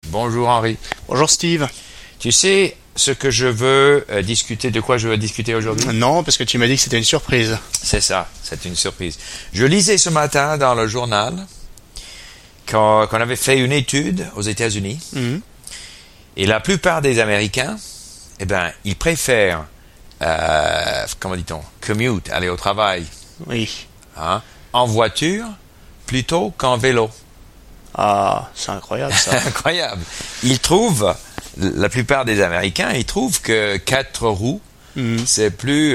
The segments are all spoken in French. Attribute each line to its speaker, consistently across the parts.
Speaker 1: Bonjour Henri.
Speaker 2: Bonjour Steve.
Speaker 1: Tu sais ce que je veux discuter, de quoi je veux discuter aujourd'hui?
Speaker 2: Non, parce que tu m'as dit que c'était une surprise.
Speaker 1: C'est ça, c'est une surprise. Je lisais ce matin dans le journal qu'on avait fait une étude aux États-Unis et la plupart des Américains, ils préfèrent, comment dit-on, commute, aller au travail,
Speaker 2: Oui.
Speaker 1: en voiture plutôt qu'en vélo.
Speaker 2: Ah, c'est incroyable ça.
Speaker 1: Incroyable. La plupart des Américains, ils trouvent que 4 roues, c'est plus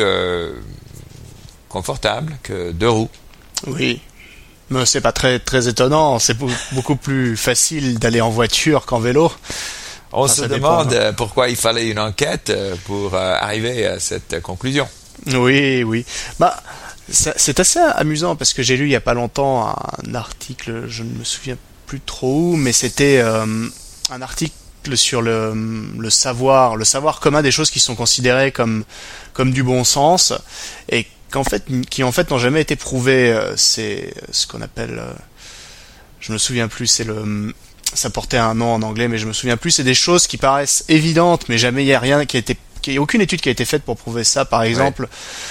Speaker 1: confortable que 2 roues.
Speaker 2: Oui. Mais c'est pas très étonnant. C'est beaucoup plus facile d'aller en voiture qu'en vélo.
Speaker 1: On se demande pourquoi il fallait une enquête pour arriver à cette conclusion.
Speaker 2: Oui. C'est assez amusant parce que j'ai lu il y a pas longtemps un article, je ne me souviens plus trop où, mais c'était un article sur le savoir commun des choses qui sont considérées comme du bon sens et qui en fait n'ont jamais été prouvées. C'est ce qu'on appelle, je me souviens plus, ça portait un nom en anglais, mais je me souviens plus. C'est des choses qui paraissent évidentes, mais jamais il y a rien il y a aucune étude qui a été faite pour prouver ça. Par exemple,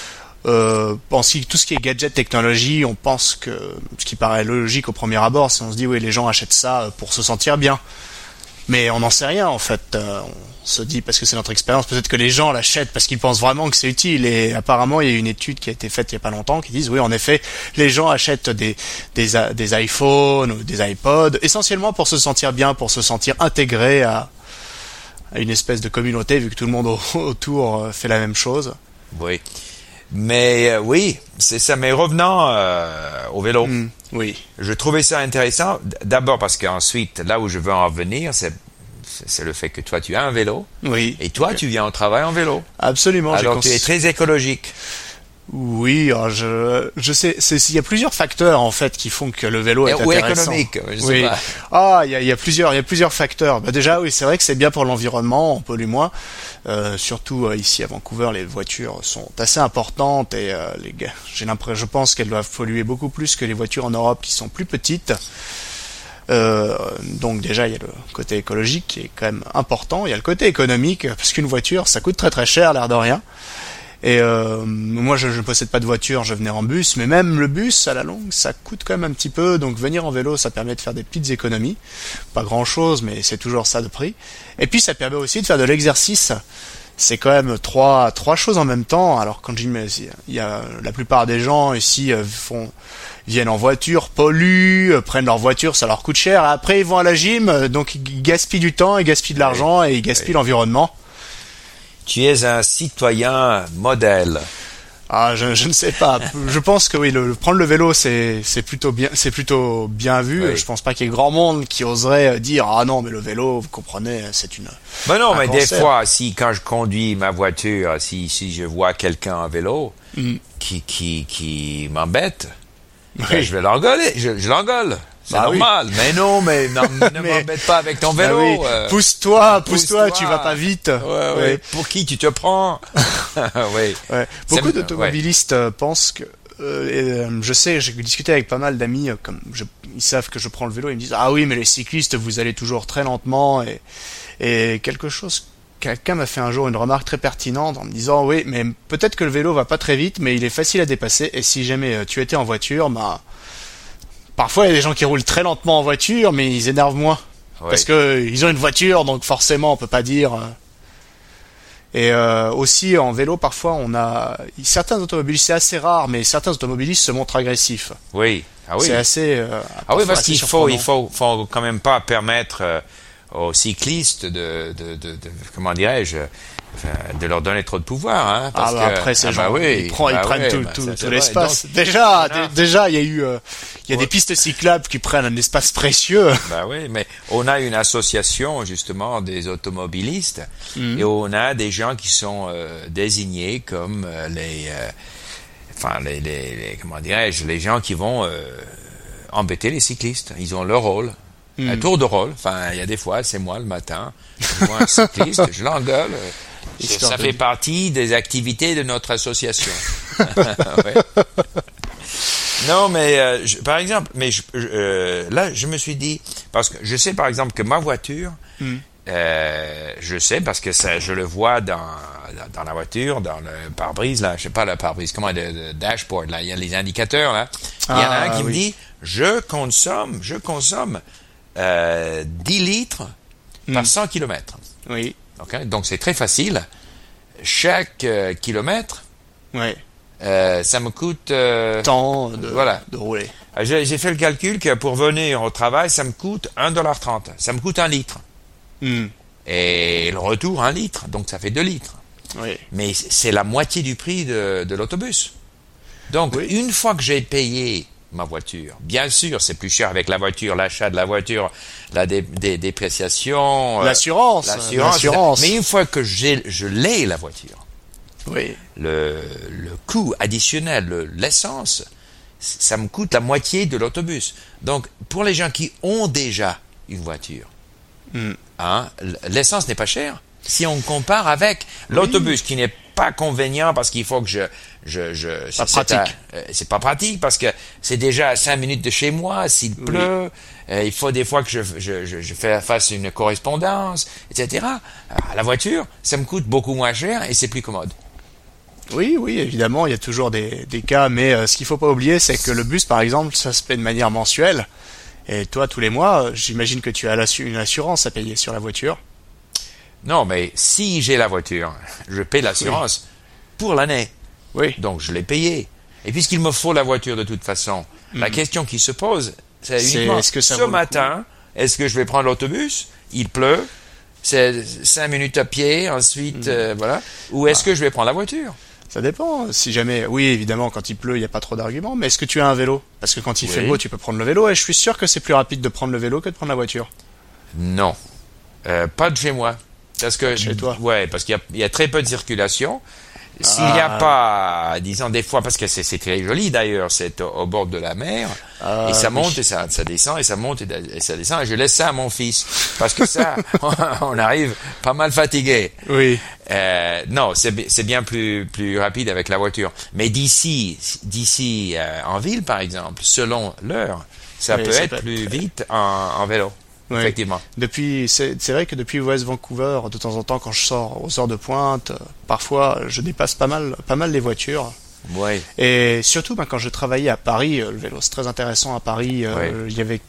Speaker 2: tout ce qui est gadget, technologie, on pense que ce qui paraît logique au premier abord, c'est on se dit oui, les gens achètent ça pour se sentir bien. Mais on n'en sait rien en fait. On se dit parce que c'est notre expérience, peut-être que les gens l'achètent parce qu'ils pensent vraiment que c'est utile. Et apparemment, il y a une étude qui a été faite il y a pas longtemps qui disent oui, en effet, les gens achètent des iPhones ou des iPods essentiellement pour se sentir bien, pour se sentir intégré à une espèce de communauté, vu que tout le monde autour fait la même chose.
Speaker 1: Oui. Mais oui, c'est ça. Mais revenons au vélo.
Speaker 2: Oui.
Speaker 1: Je trouvais ça intéressant. D'abord parce qu'ensuite, là où je veux en venir, c'est le fait que toi, tu as un vélo.
Speaker 2: Oui.
Speaker 1: Et toi, tu viens au travail en vélo.
Speaker 2: Absolument.
Speaker 1: Alors, tu es très écologique.
Speaker 2: Oui, alors je sais, il y a plusieurs facteurs en fait qui font que le vélo est
Speaker 1: ou
Speaker 2: intéressant.
Speaker 1: Économique, je sais
Speaker 2: Oui.
Speaker 1: pas.
Speaker 2: Ah, il y a plusieurs facteurs. Déjà, oui, c'est vrai que c'est bien pour l'environnement, on pollue moins. Surtout ici à Vancouver, les voitures sont assez importantes et je pense qu'elles doivent polluer beaucoup plus que les voitures en Europe qui sont plus petites. Donc déjà il y a le côté écologique qui est quand même important. Il y a le côté économique parce qu'une voiture ça coûte très cher, l'air de rien. Et moi je ne possède pas de voiture, je venais en bus, mais même le bus à la longue ça coûte quand même un petit peu, donc venir en vélo ça permet de faire des petites économies, pas grand chose mais c'est toujours ça de prix, et puis ça permet aussi de faire de l'exercice. C'est quand même trois choses en même temps. Alors quand il y a la plupart des gens ici viennent en voiture, polluent, prennent leur voiture, ça leur coûte cher, et après ils vont à la gym, donc ils gaspillent du temps, ils gaspillent de l'argent et ils gaspillent l'environnement.
Speaker 1: Tu es un citoyen modèle.
Speaker 2: Ah, je ne sais pas. Je pense que oui, prendre le vélo, c'est plutôt bien vu.
Speaker 1: Oui.
Speaker 2: Je pense pas qu'il y ait grand monde qui oserait dire ah non, mais le vélo, vous comprenez, c'est une.
Speaker 1: Mais non, mais
Speaker 2: cancer.
Speaker 1: des fois, quand je conduis ma voiture, si je vois quelqu'un en vélo qui m'embête,
Speaker 2: Oui.
Speaker 1: je vais l'engueuler. Je l'engueule. C'est normal. Oui. Mais non, ne m'embête pas avec ton vélo.
Speaker 2: Oui. Pousse-toi, tu vas pas vite.
Speaker 1: Ouais. Pour qui tu te prends? Oui.
Speaker 2: Ouais. Beaucoup d'automobilistes pensent que je sais, j'ai discuté avec pas mal d'amis, ils savent que je prends le vélo, ils me disent ah oui, mais les cyclistes, vous allez toujours très lentement et quelqu'un m'a fait un jour une remarque très pertinente en me disant oui, mais peut-être que le vélo va pas très vite, mais il est facile à dépasser, et si jamais tu étais en voiture, parfois il y a des gens qui roulent très lentement en voiture, mais ils énervent moins. Oui. Parce que ils ont une voiture, donc forcément on peut pas dire. Et aussi en vélo, parfois on a certains automobilistes, c'est assez rare, mais certains automobilistes se montrent agressifs.
Speaker 1: Oui, ah oui.
Speaker 2: C'est assez.
Speaker 1: Oui, parce qu'il faut quand même pas permettre aux cyclistes de comment dirais-je, de leur donner trop de pouvoir, hein, parce que
Speaker 2: après ces gens, ils prennent tout l'espace. Donc, déjà, il y a des pistes cyclables qui prennent un espace précieux.
Speaker 1: Oui, mais on a une association justement des automobilistes et on a des gens qui sont désignés comme les comment dirais-je, les gens qui vont embêter les cyclistes. Ils ont leur rôle. Un tour de rôle. Enfin, il y a des fois, c'est moi le matin. Je vois un cycliste, je l'engueule. Ça fait partie des activités de notre association. Ouais. Non, mais par exemple, là, je me suis dit, Parce que je sais par exemple que ma voiture, je sais parce que ça, je le vois dans la voiture, dans le pare-brise, là, je sais pas le pare-brise, comment, le dashboard, là, il y a les indicateurs, là. Il y en a un qui me dit, je consomme 10 litres par 100 kilomètres.
Speaker 2: Oui.
Speaker 1: Okay? Donc c'est très facile. Chaque kilomètre, ça me coûte
Speaker 2: temps de rouler.
Speaker 1: J'ai fait le calcul que pour venir au travail, ça me coûte $1,30. Ça me coûte 1 litre. Et le retour, 1 litre. Donc ça fait 2 litres.
Speaker 2: Oui.
Speaker 1: Mais c'est la moitié du prix de l'autobus. Donc une fois que j'ai payé ma voiture, bien sûr, c'est plus cher avec la voiture, l'achat de la voiture, la dépréciation,
Speaker 2: l'assurance.
Speaker 1: Mais une fois que je l'ai la voiture,
Speaker 2: oui,
Speaker 1: le coût additionnel, l'essence, ça me coûte la moitié de l'autobus. Donc pour les gens qui ont déjà une voiture, l'essence n'est pas chère. Si on compare avec l'autobus qui n'est pas convenient parce qu'il faut que c'est pas pratique parce que c'est déjà à 5 minutes de chez moi, s'il pleut, il faut des fois que je fasse une correspondance, etc. La voiture, ça me coûte beaucoup moins cher et c'est plus commode.
Speaker 2: Oui, évidemment, il y a toujours des cas, mais ce qu'il faut pas oublier, c'est que le bus, par exemple, ça se paie de manière mensuelle. Et toi, tous les mois, j'imagine que tu as une assurance à payer sur la voiture.
Speaker 1: Non, mais si j'ai la voiture, je paie l'assurance pour l'année.
Speaker 2: Oui.
Speaker 1: Donc, je l'ai payé. Et puisqu'il me faut la voiture de toute façon, la question qui se pose, c'est uniquement ce matin, est-ce que je vais prendre l'autobus? Il pleut, c'est 5 minutes à pied, ensuite, voilà. Ou est-ce que je vais prendre la voiture?
Speaker 2: Ça dépend. Si jamais, oui, évidemment, quand il pleut, il n'y a pas trop d'arguments. Mais est-ce que tu as un vélo? Parce que quand il fait beau, tu peux prendre le vélo. Et je suis sûr que c'est plus rapide de prendre le vélo que de prendre la voiture.
Speaker 1: Non. Pas de chez moi. Parce que,
Speaker 2: chez toi.
Speaker 1: Ouais, parce qu'il y a très peu de circulation. S'il n'y a pas, disons des fois, parce que c'est très joli d'ailleurs, c'est au bord de la mer, et ça monte et ça descend, et ça monte et ça descend, et je laisse ça à mon fils, parce que ça, on arrive pas mal fatigué.
Speaker 2: Oui.
Speaker 1: Non, c'est bien plus rapide avec la voiture. Mais d'ici en ville par exemple, selon l'heure, ça peut être plus vite en vélo. Oui. Effectivement.
Speaker 2: C'est vrai que depuis West Vancouver, de temps en temps, quand je sors aux heures de pointe, parfois je dépasse pas mal les voitures.
Speaker 1: Oui.
Speaker 2: Et surtout, quand je travaillais à Paris, le vélo, c'est très intéressant à Paris. Il y avait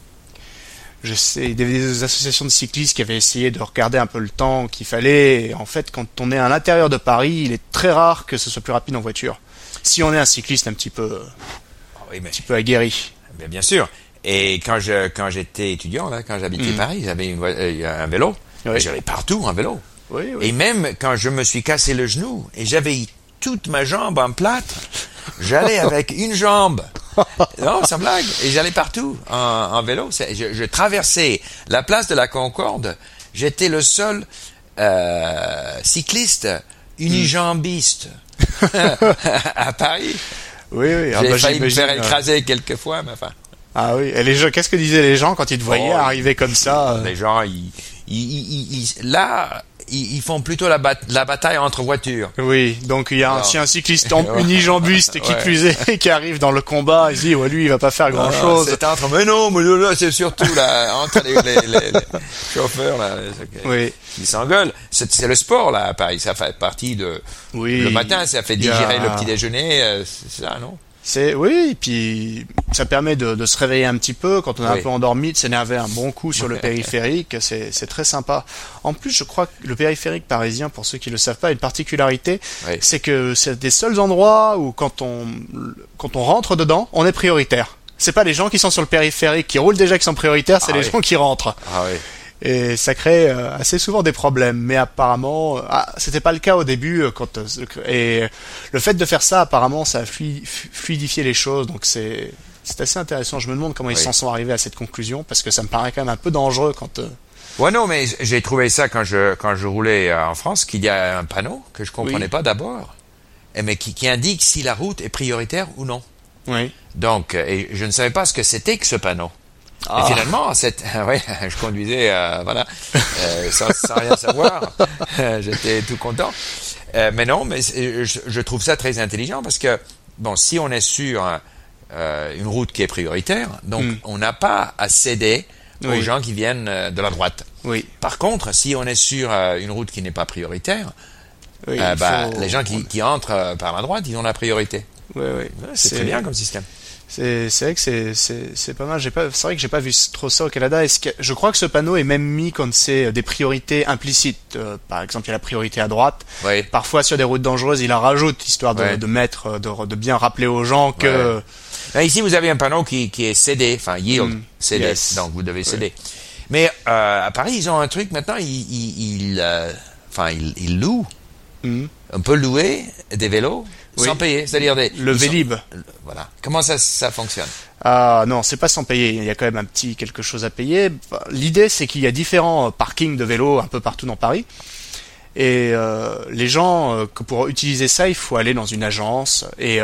Speaker 2: des associations de cyclistes qui avaient essayé de regarder un peu le temps qu'il fallait. Et en fait, quand on est à l'intérieur de Paris, il est très rare que ce soit plus rapide en voiture. Si on est un cycliste un petit peu aguerri.
Speaker 1: Mais bien sûr. Et quand j'étais étudiant, là, quand j'habitais Paris, j'avais un vélo. Oui. J'allais partout en vélo.
Speaker 2: Oui.
Speaker 1: Et même quand je me suis cassé le genou et j'avais toute ma jambe en plâtre, j'allais avec une jambe. Non, sans blague. Et j'allais partout en vélo. Je traversais la place de la Concorde. J'étais le seul cycliste unijambiste à Paris.
Speaker 2: Oui.
Speaker 1: J'ai failli me faire écraser quelques fois, mais enfin.
Speaker 2: Ah oui, et les gens, qu'est-ce que disaient les gens quand ils te voyaient arriver comme ça?
Speaker 1: Les gens, ils font plutôt la bataille entre voitures.
Speaker 2: Oui, donc il y a un cycliste unijambiste qui plus est, qui arrive dans le combat, il se dit, lui, il va pas faire grand chose.
Speaker 1: Mais non, là, c'est surtout là, entre les chauffeurs, là, qui s'engueulent. C'est le sport, là, à Paris, ça fait partie de, le matin, ça fait digérer le petit déjeuner, c'est ça, non?
Speaker 2: Oui, et puis ça permet de se réveiller un petit peu quand on est un peu endormi, de s'énerver un bon coup sur le périphérique, c'est très sympa. En plus, je crois que le périphérique parisien, pour ceux qui le savent pas, a une particularité, c'est que c'est des seuls endroits où quand on rentre dedans, on est prioritaire. C'est pas les gens qui sont sur le périphérique qui roulent déjà qui sont prioritaires, c'est les gens qui rentrent. Ah oui. Et ça crée assez souvent des problèmes. Mais apparemment, c'était pas le cas au début. Et le fait de faire ça, apparemment, ça a fluidifié les choses. Donc c'est assez intéressant. Je me demande comment ils s'en sont arrivés à cette conclusion, parce que ça me paraît quand même un peu dangereux quand...
Speaker 1: Ouais, non, mais j'ai trouvé ça quand je roulais en France, qu'il y a un panneau que je comprenais pas d'abord, mais qui indique si la route est prioritaire ou non.
Speaker 2: Oui.
Speaker 1: Donc, et je ne savais pas ce que c'était que ce panneau. Et finalement, je conduisais, sans rien savoir. J'étais tout content. Mais non, mais je trouve ça très intelligent parce que, si on est sur une route qui est prioritaire, donc on n'a pas à céder aux gens qui viennent de la droite.
Speaker 2: Oui.
Speaker 1: Par contre, si on est sur une route qui n'est pas prioritaire,
Speaker 2: Oui,
Speaker 1: les gens qui entrent par la droite, ils ont la priorité.
Speaker 2: Oui.
Speaker 1: C'est très bien comme système.
Speaker 2: C'est vrai que c'est pas mal. C'est vrai que j'ai pas vu trop ça au Canada. Je crois que ce panneau est même mis quand c'est des priorités implicites. Par exemple, il y a la priorité à droite.
Speaker 1: Oui.
Speaker 2: Parfois, sur des routes dangereuses, il en rajoute, histoire de bien rappeler aux gens que...
Speaker 1: Ici, vous avez un panneau qui est cédé, enfin yield, cédé. Yes. Donc, vous devez céder. Mais à Paris, ils ont un truc maintenant. Ils louent. On peut louer des vélos sans payer, c'est-à-dire
Speaker 2: le Vélib.
Speaker 1: Voilà. Comment ça fonctionne?
Speaker 2: Ah non, c'est pas sans payer. Il y a quand même un petit quelque chose à payer. L'idée, c'est qu'il y a différents parkings de vélos un peu partout dans Paris. Et les gens, que pour utiliser ça, il faut aller dans une agence et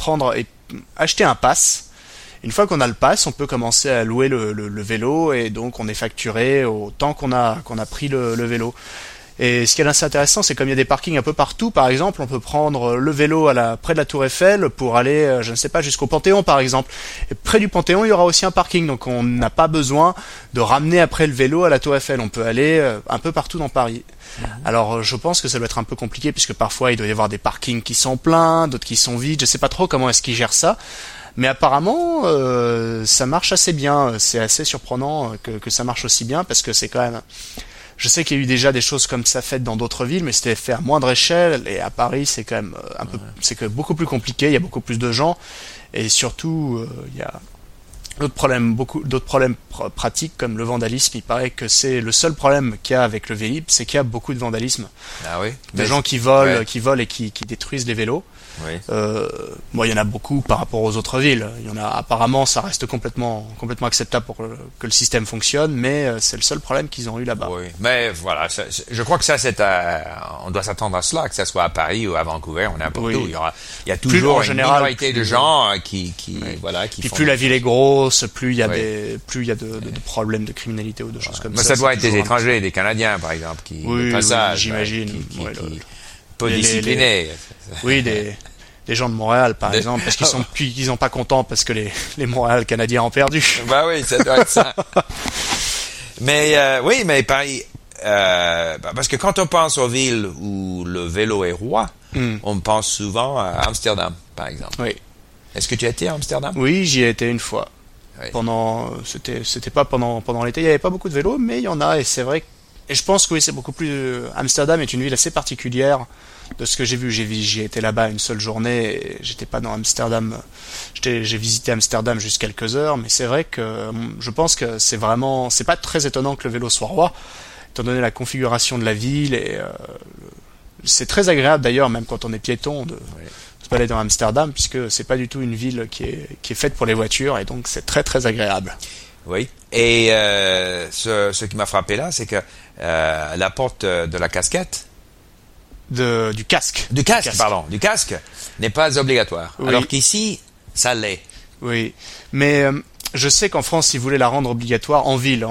Speaker 2: acheter un pass. Une fois qu'on a le pass, on peut commencer à louer le vélo et donc on est facturé au temps qu'on a pris le vélo. Et ce qui est assez intéressant, c'est comme il y a des parkings un peu partout, par exemple, on peut prendre le vélo près de la Tour Eiffel pour aller, je ne sais pas, jusqu'au Panthéon, par exemple. Et près du Panthéon, il y aura aussi un parking, donc on n'a pas besoin de ramener après le vélo à la Tour Eiffel. On peut aller un peu partout dans Paris. Alors, je pense que ça doit être un peu compliqué, puisque parfois, il doit y avoir des parkings qui sont pleins, d'autres qui sont vides. Je sais pas trop comment est-ce qu'ils gèrent ça. Mais apparemment, ça marche assez bien. C'est assez surprenant que ça marche aussi bien, parce que c'est quand même... Je sais qu'il y a eu déjà des choses comme ça faites dans d'autres villes, mais c'était fait à moindre échelle. Et à Paris, c'est quand même c'est quand même beaucoup plus compliqué. Il y a beaucoup plus de gens, et surtout, il y a beaucoup d'autres problèmes pratiques comme le vandalisme. Il paraît que c'est le seul problème qu'il y a avec le Vélib, c'est qu'il y a beaucoup de vandalisme.
Speaker 1: Ah oui.
Speaker 2: De gens qui volent et qui détruisent les vélos.
Speaker 1: Oui.
Speaker 2: Il y en a beaucoup par rapport aux autres villes. Il y en a, apparemment, ça reste complètement acceptable pour que le système fonctionne, mais c'est le seul problème qu'ils ont eu là-bas.
Speaker 1: Oui, mais voilà, je crois que ça, on doit s'attendre à cela, que ça soit à Paris ou à Vancouver ou n'importe où. Il y a toujours une minorité de gens qui
Speaker 2: Puis plus la ville est grosse, plus il y a de problèmes de criminalité ou de choses comme ça.
Speaker 1: Mais ça doit être des étrangers, des Canadiens, par exemple, qui
Speaker 2: j'imagine.
Speaker 1: Peu disciplinés.
Speaker 2: Oui, des gens de Montréal, par exemple, parce qu'ils sont pas contents parce que les Montréal canadiens ont perdu.
Speaker 1: Bah oui, ça doit être ça. Mais mais Paris, parce que quand on pense aux villes où le vélo est roi, on pense souvent à Amsterdam, par exemple.
Speaker 2: Oui.
Speaker 1: Est-ce que tu as été à Amsterdam?
Speaker 2: Oui, j'y ai été une fois. Oui. C'était pas pendant l'été, il y avait pas beaucoup de vélos, mais il y en a, et c'est vrai. Et je pense que oui, c'est beaucoup plus. Amsterdam est une ville assez particulière. De ce que j'ai vu, j'ai été là-bas une seule journée et j'étais pas dans Amsterdam. J'ai visité Amsterdam juste quelques heures, mais c'est vrai que je pense que c'est pas très étonnant que le vélo soit roi, étant donné la configuration de la ville et c'est très agréable d'ailleurs, même quand on est piéton, de se balader dans Amsterdam, puisque c'est pas du tout une ville qui est faite pour les voitures et donc c'est très très agréable.
Speaker 1: Oui. Et ce qui m'a frappé là, c'est que la porte de la casquette.
Speaker 2: Du casque.
Speaker 1: Du casque n'est pas obligatoire. Oui. Alors qu'ici, ça l'est.
Speaker 2: Oui, mais je sais qu'en France, ils voulaient la rendre obligatoire en ville,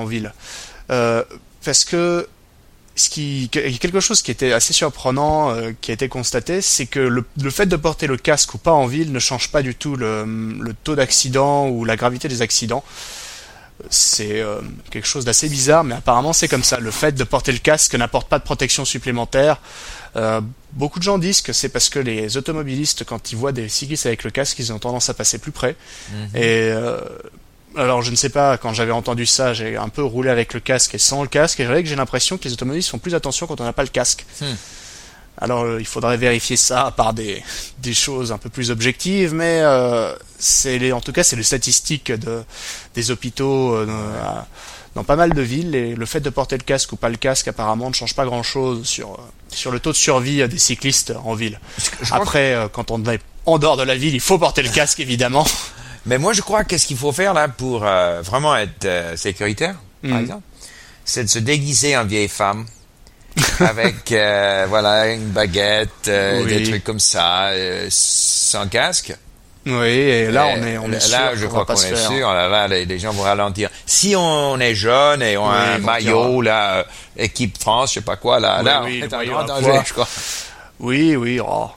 Speaker 2: parce que quelque chose qui était assez surprenant, qui a été constaté, c'est que le fait de porter le casque ou pas en ville ne change pas du tout le taux d'accident ou la gravité des accidents. C'est quelque chose d'assez bizarre, mais apparemment c'est comme ça. Le fait de porter le casque n'apporte pas de protection supplémentaire. Beaucoup de gens disent que c'est parce que les automobilistes, quand ils voient des cyclistes avec le casque, ils ont tendance à passer plus près. Et alors je ne sais pas, quand j'avais entendu ça, j'ai un peu roulé avec le casque et sans le casque, et c'est vrai que j'ai l'impression que les automobilistes font plus attention quand on n'a pas le casque. Alors il faudrait vérifier ça par des choses un peu plus objectives, mais en tout cas c'est les statistiques des hôpitaux dans pas mal de villes, et le fait de porter le casque ou pas le casque apparemment ne change pas grand-chose sur le taux de survie des cyclistes en ville. Après, quand on est en dehors de la ville, il faut porter le casque évidemment.
Speaker 1: Mais moi je crois qu'est-ce qu'il faut faire là pour vraiment être sécuritaire, par exemple, c'est de se déguiser en vieille femme. Avec une baguette, des trucs comme ça, sans casque.
Speaker 2: Oui, et là on est sûr.
Speaker 1: Là, je crois qu'on est sûr. Là, les gens vont ralentir. Si on est jeune et on a un maillot, équipe France, je sais pas quoi, là, on est en grand danger, je crois.
Speaker 2: Oui.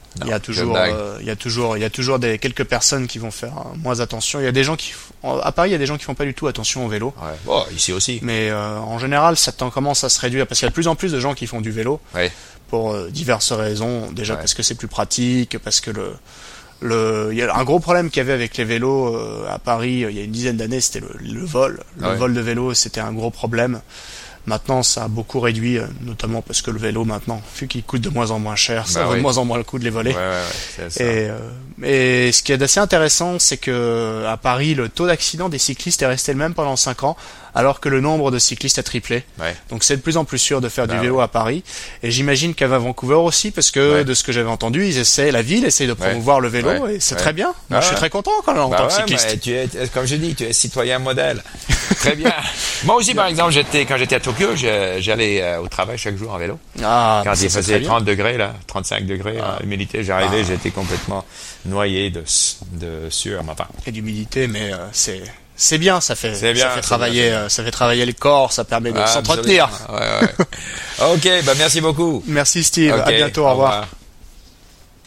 Speaker 1: Non,
Speaker 2: il y a toujours, quelques personnes qui vont faire moins attention. Il y a des gens à Paris, il y a des gens qui font pas du tout attention au vélo.
Speaker 1: Ouais. Bon, ici aussi.
Speaker 2: Mais en général, ça commence à se réduire parce qu'il y a de plus en plus de gens qui font du vélo.
Speaker 1: Ouais.
Speaker 2: Pour diverses raisons. Déjà
Speaker 1: Ouais.
Speaker 2: parce que c'est plus pratique, parce que il y a un gros problème qu'il y avait avec les vélos à Paris il y a une dizaine d'années, c'était le vol. Le vol de vélo, c'était un gros problème. Maintenant, ça a beaucoup réduit, notamment parce que le vélo, maintenant, vu qu'il coûte de moins en moins cher, ça vaut de moins en moins le coup de les voler.
Speaker 1: C'est ça.
Speaker 2: Et ce qui est assez intéressant, c'est que à Paris, le taux d'accident des cyclistes est resté le même pendant 5 ans, alors que le nombre de cyclistes a triplé.
Speaker 1: Ouais.
Speaker 2: Donc c'est de plus en plus sûr de faire du vélo à Paris. Et j'imagine qu'à Vancouver aussi, parce que de ce que j'avais entendu, la ville essaye de promouvoir le vélo, et c'est très bien. Moi, je suis très content quand en tant que cycliste.
Speaker 1: Comme je dis, tu es citoyen modèle. Très bien. Moi aussi, par exemple, quand j'étais à Tokyo, j'allais au travail chaque jour en vélo. Quand il faisait 30 degrés, là, 35 degrés, humidité, j'arrivais, j'étais complètement noyé de sueur. Enfin.
Speaker 2: Et d'humidité, mais c'est bien, ça fait travailler le corps, ça permet de s'entretenir.
Speaker 1: Ok, merci beaucoup.
Speaker 2: Merci Steve,
Speaker 1: Okay,
Speaker 2: à bientôt, au revoir.